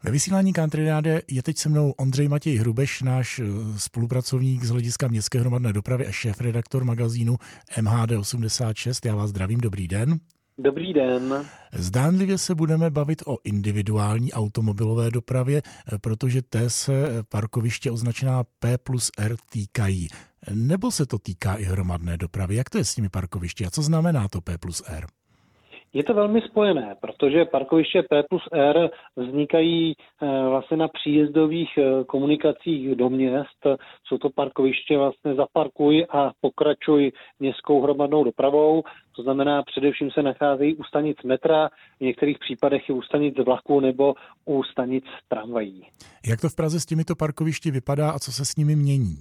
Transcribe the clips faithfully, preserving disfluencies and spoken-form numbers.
Ve vysílání Country Rádia je teď se mnou Ondřej Matěj Hrubeš, náš spolupracovník z hlediska městské hromadné dopravy a šéfredaktor magazínu M H D osmdesát šest. Já vás zdravím, dobrý den. Dobrý den. Zdánlivě se budeme bavit o individuální automobilové dopravě, protože té se parkoviště označená P plus R týkají. Nebo se to týká i hromadné dopravy? Jak to je s těmi parkovišti a co znamená to P plus R? Je to velmi spojené, protože parkoviště P plus R vznikají vlastně na příjezdových komunikacích do měst. Jsou to parkoviště vlastně zaparkuj a pokračuj městskou hromadnou dopravou. To znamená, především se nacházejí u stanic metra, v některých případech i u stanic vlaku nebo u stanic tramvají. Jak to v Praze s těmito parkovišti vypadá a co se s nimi mění?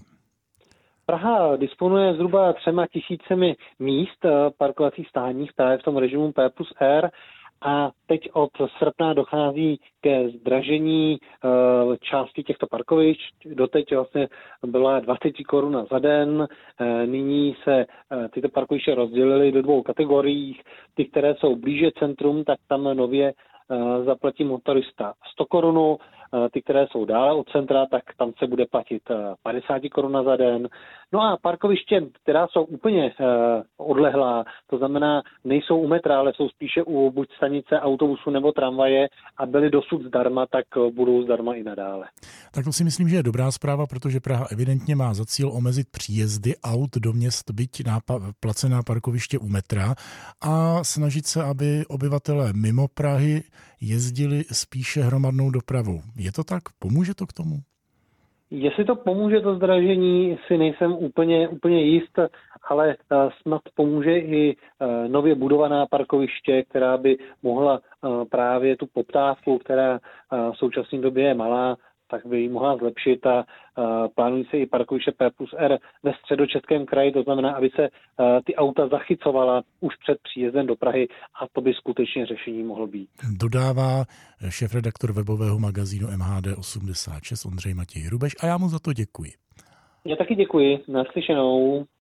Praha disponuje zhruba třema tisícemi míst parkovacích stání právě v tom režimu P plus R a teď od srpna dochází ke zdražení části těchto parkovišť. Doteď vlastně byla dvacet korun za den, nyní se tyto parkoviště rozdělily do dvou kategorií. Ty, které jsou blíže centrum, tak tam nově zaplatí motorista sto korun, ty, které jsou dále od centra, tak tam se bude platit padesát korun za den. No a parkoviště, která jsou úplně odlehlá, to znamená, nejsou u metra, ale jsou spíše u buď stanice autobusu nebo tramvaje a byly dosud zdarma, tak budou zdarma i nadále. Tak to si myslím, že je dobrá zpráva, protože Praha evidentně má za cíl omezit příjezdy aut do měst, byť na placená parkoviště u metra a snažit se, aby obyvatelé mimo Prahy jezdili spíše hromadnou dopravou. Je to tak? Pomůže to k tomu? Jestli to pomůže to zdražení, si nejsem úplně, úplně jist, ale snad pomůže i nově budovaná parkoviště, která by mohla právě tu poptávku, která v současné době je malá, tak by ji mohla zlepšit a plánují se i parkoviště P plus R ve Středočeském kraji, to znamená, aby se ty auta zachycovala už před příjezdem do Prahy a to by skutečně řešení mohlo být. Dodává šéfredaktor webového magazínu M H D osmdesát šest Ondřej Matěj Hrubeš a já mu za to děkuji. Já taky děkuji. Naslyšenou.